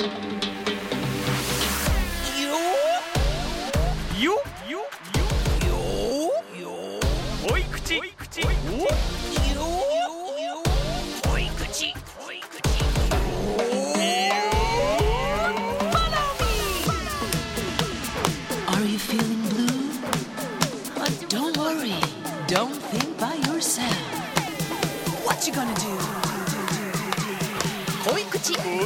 濃い口 Are you feeling blue? Don't worry. Don't think by yourself. What you gonna do? 濃い口 Follow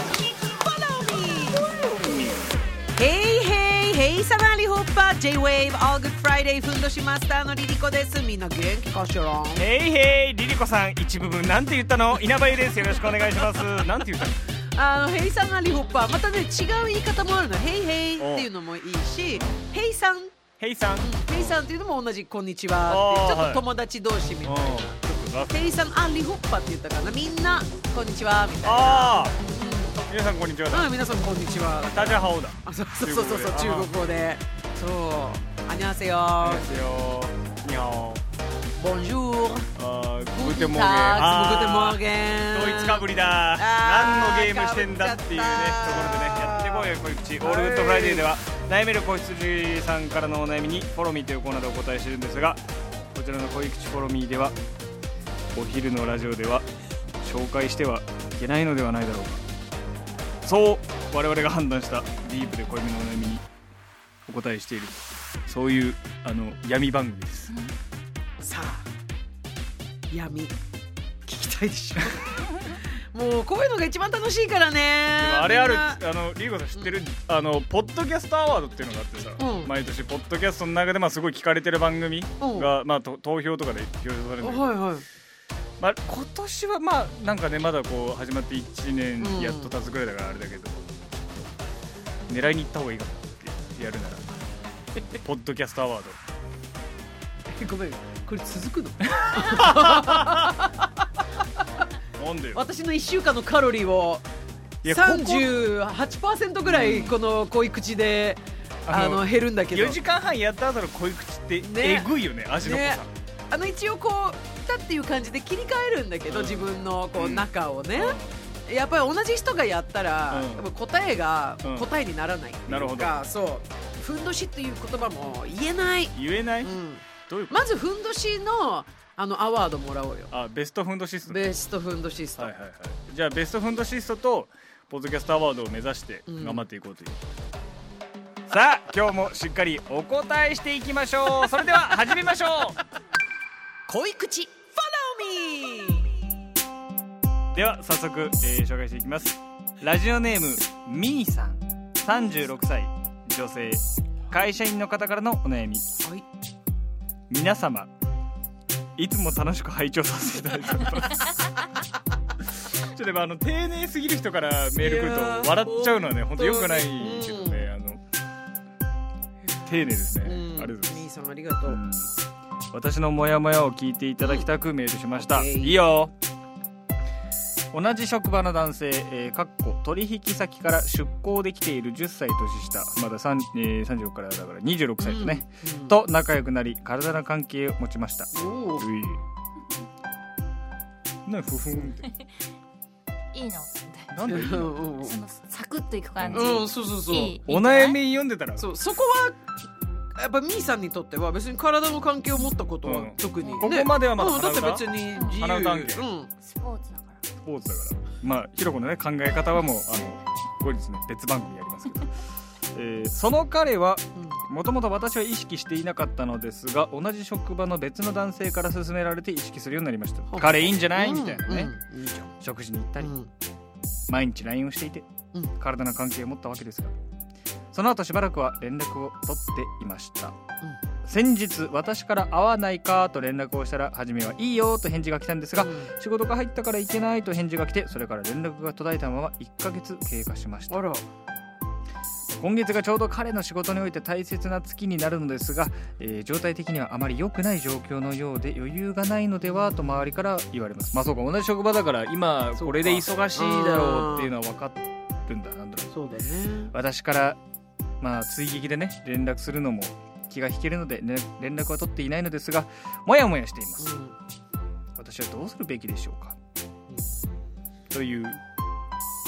me. Hey hey hey サマーリホッパー J-Wave All Good Friday ふんどしマスターのリリコです。みんな元気かしら？ ヘイヘイリリコさん一部分なんて言ったの？稲葉由です。よろしくお願いします。なんて言ったの？ ヘイさんがリホッパーまたね違う言い方もあるの。ヘイヘイっていうのもいいし、ヘイさんヘイさんヘイさんっていうのも同じこんにちはってちょっと友達同士みたいな。ヘイさんリホッパーって言ったかな。みんなこんにちはみたいな。 皆さんこんにちは。 皆さんこんにちは。 大家好だ。 そう中国語で。そう。안녕하세요。 にゃお。 ボンジュール。 グーテンモーゲン。 グーテンモーゲン。 ドイツかぶりだ。何のゲームしてんだっていうねところでねやってこいよこい口。オールグッドフライデーでは悩める子羊さんからのお悩みにフォロミーというコーナーでお答えしているんですが、こちらの恋口フォロミーではお昼のラジオでは紹介してはいけないのではないだろうか、そう我々が判断したディープで濃いめのお悩みにお答えしている、そういう闇番組です。 さあ闇聞きたいでしょもうこういうのが一番楽しいからね。 あれあるリーゴさん知ってる、ポッドキャストアワードっていうのがあってさ、毎年ポッドキャストの中で、すごい聞かれてる番組が、投票とかで表彰されるんだけど、今年はなんかねまだこう始まって1年やっと経つぐらいだからあれだけど、狙いに行った方がいいかもってやるならポッドキャストアワードごめんこれ続くのなんでよ。 私の1週間のカロリーを 38% ぐらいこの濃い口で減るんだけど、 4時間半やった後の濃い口ってえぐいよね、味の濃さ。 一応こう来たっていう感じで切り替えるんだけど、自分のこう中をね、やっぱり同じ人がやったら、やっぱ答えが答えにならないっていうか、 なるほど。 そうふんどしっていう言葉も言えない、 どういうこと？ まずふんどしのアワードもらおうよ。 ベストフンドシスト。 ベストフンドシスト、 じゃあベストフンドシストとポッドキャストアワードを目指して頑張っていこうという、さあ今日もしっかりお答えしていきましょう。それでは始めましょう濃い口 Follow me。 では早速、紹介していきます。ラジオネームミーさん、36歳女性会社員の方からのお悩み、皆様いつも楽しく拝聴させていただいておりますちょっと丁寧すぎる人からメール来ると笑っちゃうのはね本当良くないけどね、丁寧ですね、ありがとうございます。 ミーさんありがとう、 私のモヤモヤを聞いていただきたくメールしました、いいよ。同じ職場の男性、取引先から出向できている10歳年下、まだ36からだから26歳ですね、と仲良くなり体の関係を持ちました。なふふんっていいのなんでいいのそのサクッといく感じ、 そうお悩み読んでたらそこはやっぱミーさんにとっては別に体の関係を持ったことは特に、 ここまではまだだって別に自由、 鼻関係、 スポーツだからひろこのね考え方はもう後日ね別番組やりますけど、その彼はもともと私は意識していなかったのですが、同じ職場の別の男性から勧められて意識するようになりました。彼いいんじゃない、みたいなね、食事に行ったり、毎日 LINE をしていて、体の関係を持ったわけですが、その後しばらくは連絡を取っていました、先日私から会わないかと連絡をしたら、初めはいいよと返事が来たんですが、仕事が入ったから行けないと返事が来て、それから連絡が途絶えたまま1ヶ月経過しました。今月がちょうど彼の仕事において大切な月になるのですが、状態的にはあまり良くない状況のようで余裕がないのではと周りから言われます。そうか、同じ職場だから今これで忙しいだろうっていうのは分かるんだ。なんとなくそうだね。 私から追撃でね連絡するのも気が引けるので、ね、連絡は取っていないのですが、もやもやしています、私はどうするべきでしょうか、という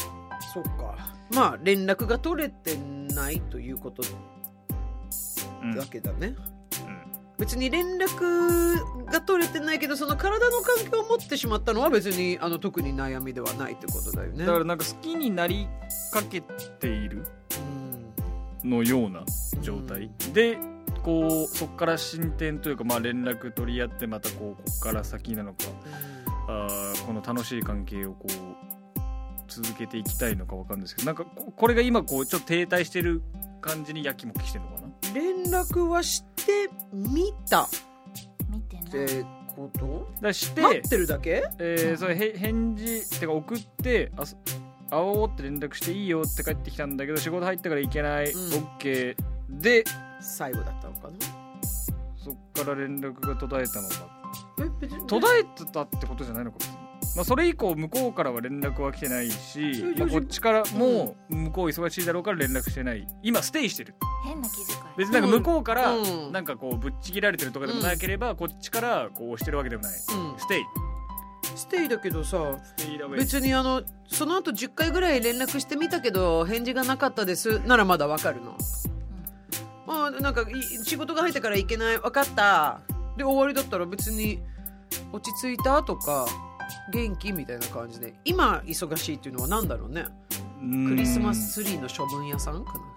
そうか。まあ連絡が取れてないということだけだね、別に連絡が取れてないけどその体の関係を持ってしまったのは別に特に悩みではないってことだよね。 だからなんか好きになりかけているのような状態でこうそこから進展というか、まあ、連絡取り合ってまたここから先なのか、この楽しい関係をこう続けていきたいのか分かるんですけど、なんかこれが今こうちょっと停滞してる感じにやきもきしてるのかな。 連絡はしてみた見てないってことだして待ってるだけ、 それ返事ってか送って会おうって連絡していいよって帰ってきたんだけど仕事入ったから行けない、OK で最後だったのかな。 そっから連絡が途絶えたのか。 別に途絶えてたってことじゃないのか別に、まあ、それ以降向こうからは連絡は来てないし、まあ、こっちからも向こう忙しいだろうから連絡してない。今ステイしてる。 変な気遣い。 別になんか向こうからうんなんかこうぶっちぎられてるとかでもなければ、こっちからこう押してるわけでもない、ステイステイだけどさ、 ステイだべ。 別にその後10回ぐらい連絡してみたけど返事がなかったですならまだわかるの、なんか仕事が入ってから行けない、分かったで終わりだったら別に落ち着いたとか元気みたいな感じで、今忙しいっていうのは何だろうね。クリスマスツリーの処分屋さんかなんか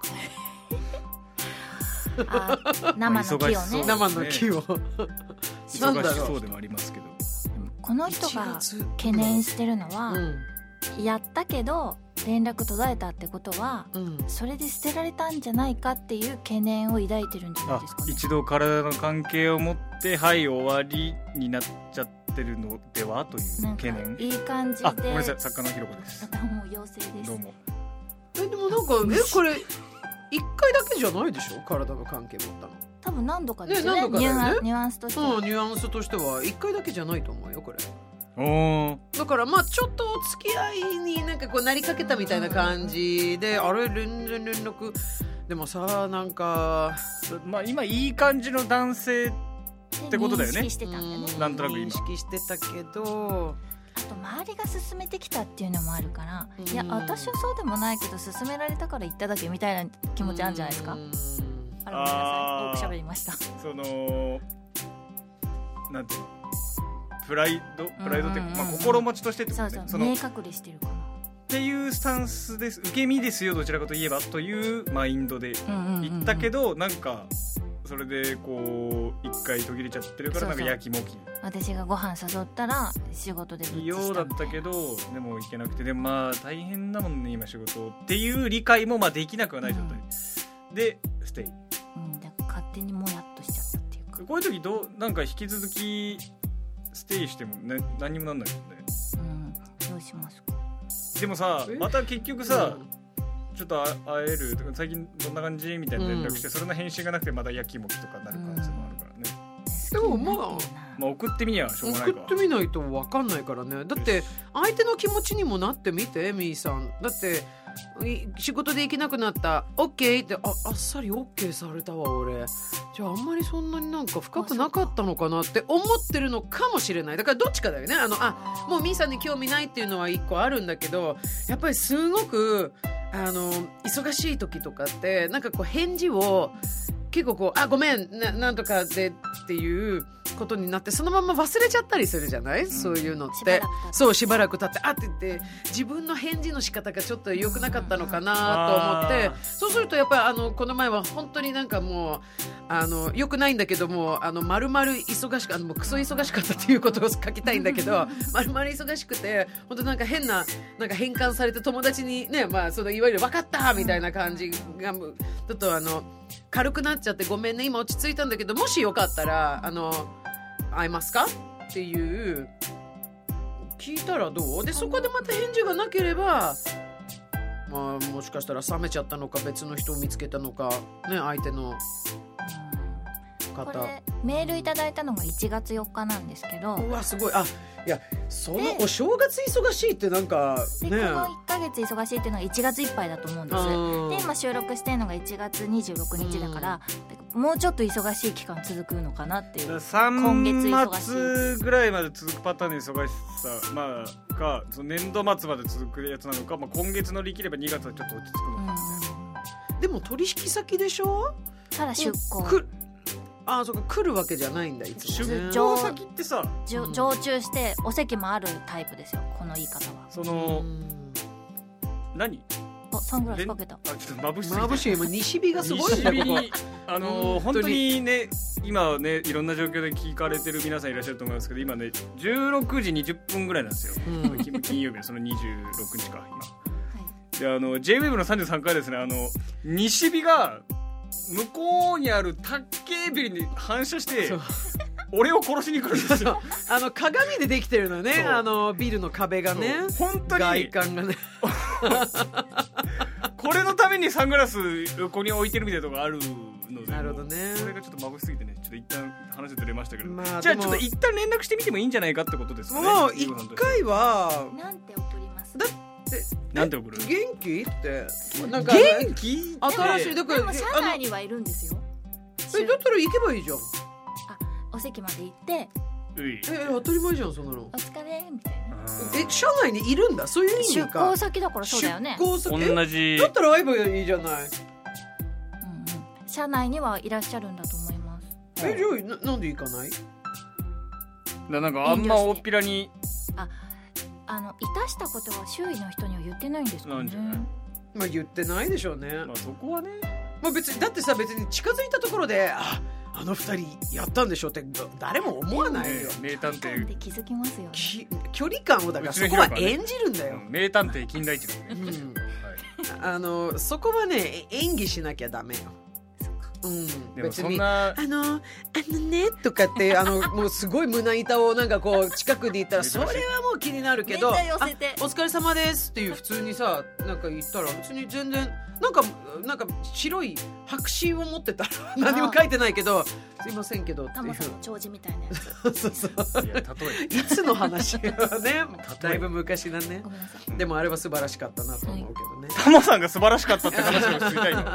生の木をね、 生の木をなんだろう、 忙しそうでもありますけど、 この人が懸念してるのは、やったけど連絡途絶えたってことは、それで捨てられたんじゃないかっていう懸念を抱いてるんじゃないですかね。 一度体の関係を持ってはい終わりになっちゃってるのではという懸念。 なんかいい感じで。 あ、ごめんなさい、作家のひろこです。 もう妖精です。 どうも。 でもなんかこれ1回だけじゃないでしょ、体の関係持ったの。 多分何度かですよね。 何度かだよね。 ニュアンスとしては、 ニュアンスとしては1回だけじゃないと思うよこれ。 だからまあちょっとお付き合いになんかこうなりかけたみたいな感じで、あれ全然連絡でもさ、なんかまあ今いい感じの男性ってことだよね。 認識してたんだね。 なんとなく今認識してたけど、 あと周りが勧めてきたっていうのもあるから、いや私はそうでもないけど勧められたから言っただけみたいな気持ちあるんじゃないですか。あらごめんなさい、多く喋りました。 そのなんていうの、プライドっていうか、まあ、心持ちとしてってことね。 そう明確にしてるかなっていうスタンスです。受け身ですよ、どちらかといえばというマインドで言ったけど、なんかそれでこう一回途切れちゃってるから、なんかやきもき。 私がご飯誘ったら仕事でぶっいいようだったけど、でも行けなくて、でもまあ大変だもんね今仕事っていう理解もまあできなくはない状態、でステイ、 だから勝手にもやっとしちゃったっていうか。 こういう時なんか引き続きステイしてもね何にもなんないもんね。 どうしますか。 でもさ、また結局さ、ちょっと会えるとか最近どんな感じみたいな連絡して、それの返信がなくてまたやきもきとかなる可能性もあるからね。 でもまあ送ってみりゃしょうがないか。 送ってみないと分かんないからね。だって相手の気持ちにもなってみて、みーさん。だって仕事で行けなくなった OK って、あっさり OK されたわ俺。じゃああんまりそんなになんか深くなかったのかなって思ってるのかもしれない。だからどっちかだよね。もうみーさんに興味ないっていうのは一個あるんだけど、やっぱりすごく忙しい時とかってなんかこう返事を結構こうごめん なんとかでっていうことになってそのまま忘れちゃったりするじゃない、そういうのってしばらく経ってって言って自分の返事の仕方がちょっと良くなかったのかなと思って、そうするとやっぱりこの前は本当になんかもう良くないんだけども丸々忙しくもうクソ忙しかったっていうことを書きたいんだけど丸々忙しくて本当なんか変ななんか変換されて友達にね、まあそのいわゆる分かったみたいな感じがちょっと軽くなっちゃってごめんね今落ち着いたんだけどもしよかったら会えますかっていう聞いたらどうで、そこでまた返事がなければまあもしかしたら冷めちゃったのか別の人を見つけたのかね、相手の方。 これメールいただいたのが1月4日なんですけど、 うわすごいいやそのお正月忙しいってなんかね、 でこの1ヶ月忙しいっていうのが1月いっぱいだと思うんです。で今収録してるのが1月26日だから、もうちょっと忙しい期間続くのかなっていう。 3月ぐらいまで続くパターンの忙しさ、まあかその年度末まで続くやつなのか、まあ、今月乗り切れば2月はちょっと落ち着くのか、 でも取引先でしょ。 ただ出向そうか来るわけじゃないんだ。いつもね出向先ってさ常駐してお席もあるタイプですよ、この言い方は。 その何サングラスかけた。 ちょっと眩しい。 今西日がすごいんだここ。本当にね今ねいろんな状況で聞かれてる皆さんいらっしゃると思いますけど、今ね16時20分ぐらいなんですよ、金曜日のその26日か今、でJ-WAVE の33回ですね、西日が向こうにある卓球ビルに反射して俺を殺しに来るんですよ。 鏡でできてるのね、ビルの壁がね、 本当に外観がねこれのためにサングラス横に置いてるみたいなとこあるので、 なるほどね、 それがちょっと眩しすぎてね、ちょっと一旦話ずれましたけど、 まあ、 じゃあちょっと一旦連絡してみてもいいんじゃないかってことですかね。 もう一回はなんて送ります。 だってなんて送る？ 元気ってなんか元気？ 新しいだからでも社内にはいるんですよ。 だったら行けばいいじゃん。 お席まで行って当たり前じゃんそんなの。 お疲れみたいな。 社内にいるんだ、そういう意味か。 出向先だからそうだよね。 出向先同じだったら会えばいいじゃない。 社内にはいらっしゃるんだと思います。 じゃあなんで行かない？ なんかあんま大っぴらにいたしたことは周囲の人には言ってないんですかね。 なんじゃない？ まあ言ってないでしょうね。 まあそこはね、 まあ別にだってさ、別に近づいたところであの二人やったんでしょって誰も思わないよ。 名探偵で気づきますよね。 距離感をだからそこは演じるんだよ。 名探偵金田一だね。 そこはね演技しなきゃダメよ。 でもそんなねとかってもうすごい胸板をなんかこう近くで言ったらそれはもう気になるけど、お疲れ様ですっていう普通にさなんか言ったら別に全然なんか白い白紙を持ってたら何も書いてないけどすいませんけどっていう。 タモさんの弔辞みたいなやつ。 そういや例えいつの話はねだいぶ昔だね。 ごめんなさい。 でもあれは素晴らしかったなと思うけどね。 タモさんが素晴らしかったって話を知りたいの。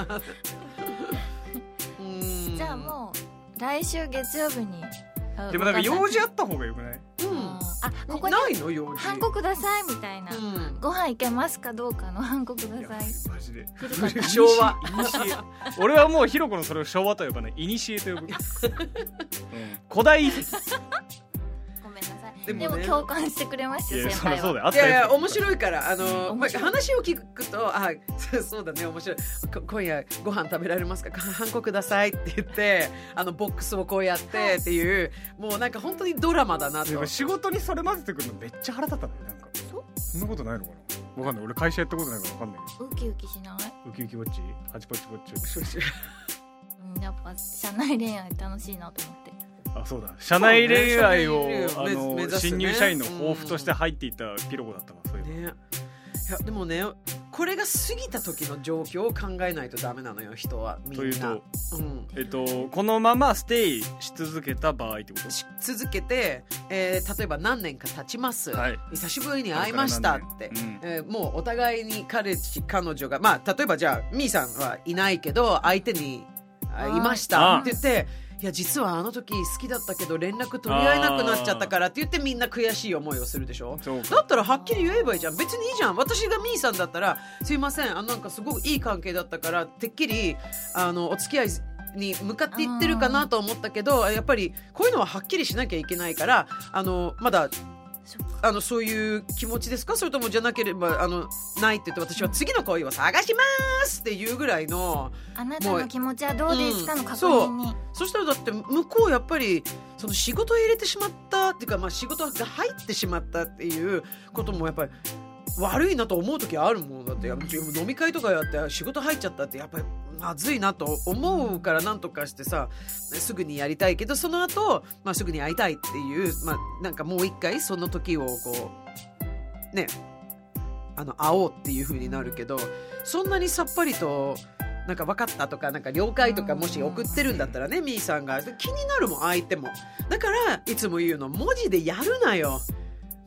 じゃあもう来週月曜日に。 でもなんか用事あった方がよくない？ ここにないの用事。 ハンコくださいみたいな、ご飯行けますかどうかのハンコください。 マジで昭和。 俺はもうひろこのそれを昭和と呼ばない、イニシエと呼ぶ。古代遺跡。 ごめんなさい。でも共感してくれましたよ先輩は。 いやいや面白いから話を聞くとそうだね面白い。今夜ご飯食べられますか、ハンコくださいって言ってボックスをこうやってっていうもうなんか本当にドラマだなと。 仕事にそれ混ぜてくるのめっちゃ腹立ったね。なんかそんなことないのかな、わかんない。俺会社やったことないからわかんないけど。 ウキウキしない？ ウキウキウォッチハチポチポッチやっぱ社内恋愛楽しいなと思って。 そうだ、社内恋愛を新入社員の抱負として入っていたピロコだったわ。そういうね。いやでもねこれが過ぎた時の状況を考えないとダメなのよ人はみんな。 というと、このままステイし続けた場合ってこと？ し続けて、例えば何年か経ちます、久しぶりに会いましたって、もうお互いに彼氏彼女が例えばじゃあみーさんはいないけど相手にいましたって言って、いや実はあの時好きだったけど連絡取り合えなくなっちゃったからって言ってみんな悔しい思いをするでしょ。だったらはっきり言えばいいじゃん。別にいいじゃん。私がみーさんだったらすいませんなんかすごくいい関係だったからてっきりお付き合いに向かっていってるかなと思ったけどやっぱりこういうのははっきりしなきゃいけないからまだそういう気持ちですか、それともじゃなければないって言って私は次の恋を探しますっていうぐらいのあなたの気持ちはどうですかの確認に、 そしたらだって向こうやっぱりその仕事を入れてしまったっていうか、仕事が入ってしまったっていうこともやっぱり悪いなと思う時あるもん。だって飲み会とかやって仕事入っちゃったってやっぱりまずいなと思うからなんとかしてさすぐにやりたいけどその後、すぐに会いたいっていう、なんかもう一回その時をこうね会おうっていう風になるけど、そんなにさっぱりとなんか分かったとかなんか了解とかもし送ってるんだったらね、みーさんが気になるもん相手も。だからいつも言うの文字でやるなよ。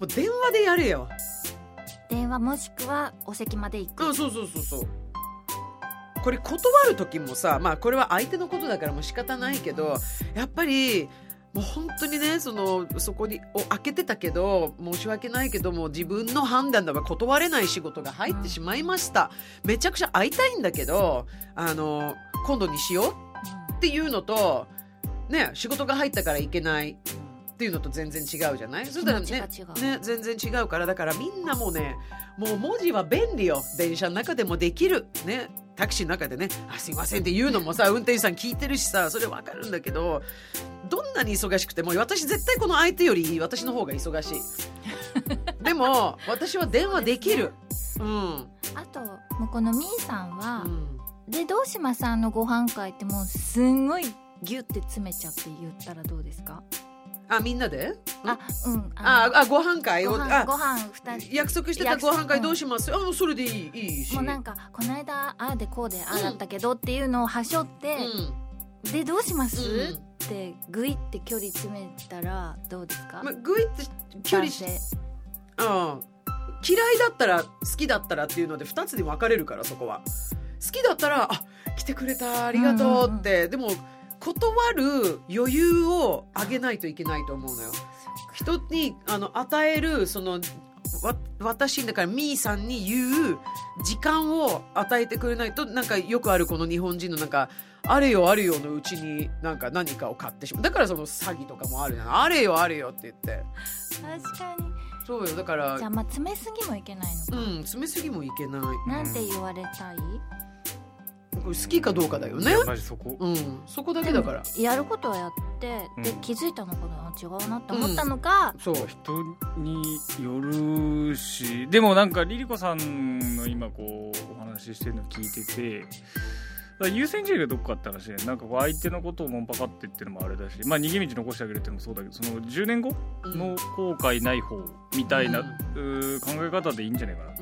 う電話でやれよ。 電話もしくはお席まで行く。 そうこれ断る時もさ、まあこれは相手のことだからもう仕方ないけど、やっぱりもう本当にね、そこに開けてたけど申し訳ないけども自分の判断では断れない仕事が入ってしまいました、めちゃくちゃ会いたいんだけど今度にしようっていうのとね、仕事が入ったからいけないっていうのと全然違うじゃない。そしたらね全然違うから、だからみんなもうね、もう文字は便利よ。電車の中でもできるね、タクシーの中でね、すいませんって言うのもさ、運転手さん聞いてるしさ、それわかるんだけど、どんなに忙しくても私絶対この相手より私の方が忙しいでも私は電話できる。 あともうこのみーさんは、でどうします？ご飯会ってもうすんごいギュッて詰めちゃって言ったらどうですか？ みんなで？ご飯会をご飯2人約束してたご飯会どうします？それでいいし、 もうなんかこの間ああでこうでああだったけどっていうのをはしょって、でどうします、ってグイって距離詰めたらどうですか？ グイって距離して嫌いだったら好きだったらっていうので2つに分かれるから、そこは好きだったら来てくれたありがとうって、でも断る余裕をあげないといけないと思うのよ。人に与える私だからミーさんに言う時間を与えてくれないと、なんかよくあるこの日本人のなんかあれよのうちになんか何かを買ってしまう。だからその詐欺とかもあるじゃん。あれよって言って。 確かにそうよ。だからじゃあ詰めすぎもいけないのか。 詰めすぎもいけない。 なんて言われたい？ これ好きかどうかだよね。 マジそこ、 そこだけだから。 やることはやって、で気づいたのかな、違うなって思ったのか、 そう人によるし、でもなんかリリコさんの今こうお話ししてるの聞いてて、優先順位がどこかって話で、なんかこう相手のことをもんぱかってっていうのもあれだし、逃げ道残してあげるっていうのもそうだけど、その10年後の後悔ない方みたいな、考え方でいいんじゃないかなって、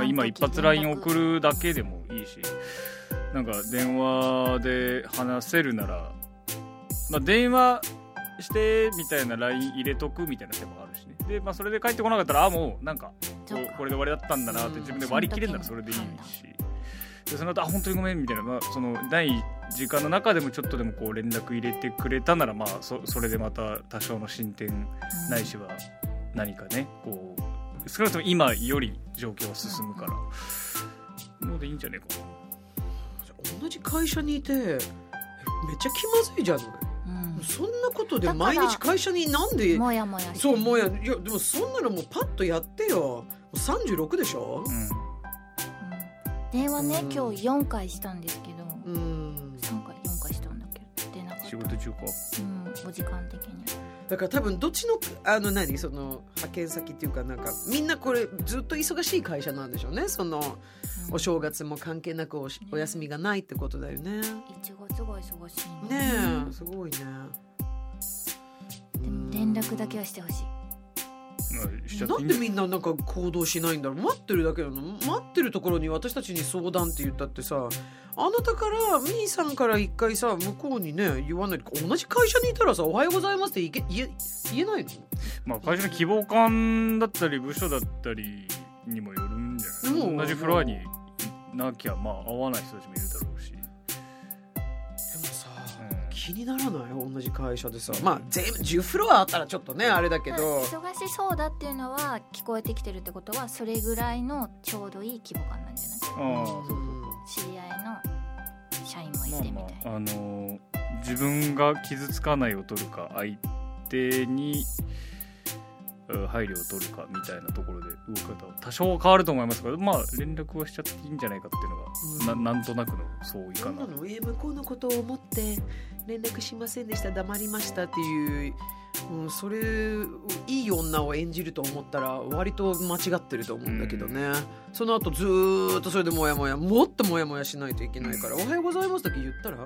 今一発 LINE 送るだけでもいいし、なんか電話で話せるなら、電話してみたいな LINE 入れとくみたいな手もあるしね。で、それで帰ってこなかったらもうなんかこれで終わりだったんだなって自分で割り切れるならそれでいいし、でその後本当にごめんみたいな、そのない時間の中でもちょっとでもこう連絡入れてくれたなら、それでまた多少の進展ないしは何かね、こう少なくとも今より状況は進むからのでいいんじゃねえかな。 同じ会社にいてめっちゃ気まずいじゃん、そんなことで毎日会社になんでもやもやして、 そうもや、いやでもそんなのもうパッとやってよ。もう36でしょ、 電話ね、今日4回したんですけど、3回4回したんだけど出なかった。 仕事中か。 お時間的に。 だから多分どっちのその派遣先っていうか、なんかみんなこれずっと忙しい会社なんでしょうね。その、お正月も関係なく お休みがないってことだよね。 1月が忙しいねえ、すごいね。 でも連絡だけはしてほしい。 なんでみんななんか行動しないんだろう。待ってるだけなの。待ってるところに私たちに相談って言ったってさ、あなたからみーさんから一回さ向こうにね言わないと。同じ会社にいたらさおはようございますって言えないの？ 会社の希望感だったり部署だったりにもよるんじゃない？同じフロアになきゃ会わない人たちもいるだろうし。 でもさ、気にならない？同じ会社でさ、全部10フロアあったらちょっとねあれだけど、 忙しそうだっていうのは聞こえてきてるってことは、それぐらいのちょうどいい規模感なんじゃないですか。知り合いの社員もいてみたいな、 自分が傷つかないを取るか、相手に配慮を取るかみたいなところで動き方は多少変わると思いますけど、連絡はしちゃっていいんじゃないかっていうのが、なんとなくの相違かな。 向こうのことを思って連絡しませんでした、黙りましたっていう、それいい女を演じると思ったら割と間違ってると思うんだけどね。その後ずーっとそれでもっともやもやしないといけないから、おはようございますだけ言ったら、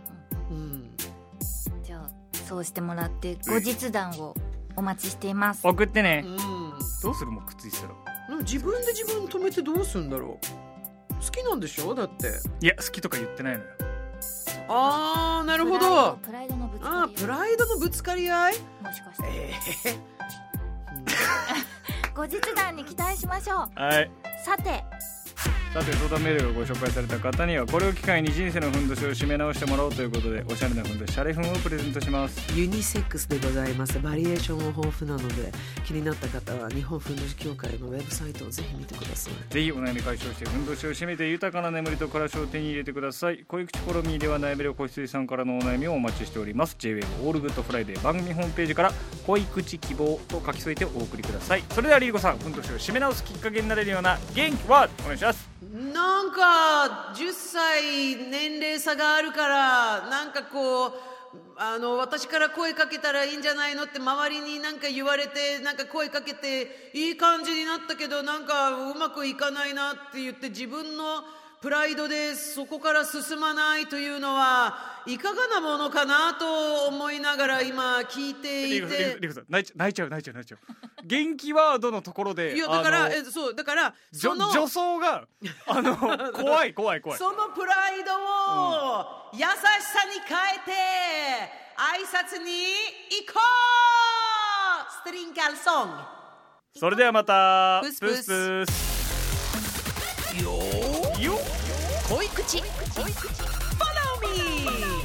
じゃあそうしてもらって後日談をお待ちしています。 送ってね。どうする？もうくっついてたら自分で自分止めてどうするんだろう。好きなんでしょ？だって。 いや好きとか言ってないのよ。 なるほど。 プライドのぶつかり合い。 プライドのぶつかり合い。 もしかして。 後日談に期待しましょう。 はい。 さて相談メールをご紹介された方にはこれを機会に人生のふんどしを締め直してもらおうということで、おしゃれなふんどしシャレふんをプレゼントします。 ユニセックスでございます。バリエーションも豊富なので、気になった方は日本ふんどし協会のウェブサイトをぜひ見てください。 ぜひお悩み解消してふんどしを締めて豊かな眠りと暮らしを手に入れてください。恋口コロミーでは悩める子羊さんからのお悩みをお待ちしております。 J-WAVE オールグッドフライデー番組ホームページから恋口希望と書き添えてお送りください。それではリリコさん、ふんどしを締め直すきっかけになれるような元気ワードお願いします。 なんか10歳年齢差があるから、なんかこう私から声かけたらいいんじゃないのって周りになんか言われて、なんか声かけていい感じになったけど、なんかうまくいかないなって言って自分のプライドでそこから進まないというのはいかがなものかなと思いながら今聞いていて、 リコさん泣いちゃう元気ワードのところで、 いやだからそうだからその女装が怖いそのプライドを優しさに変えて挨拶に行こう。ストリンカルソング。 それではまたプスプスプスよ恋口 Follow me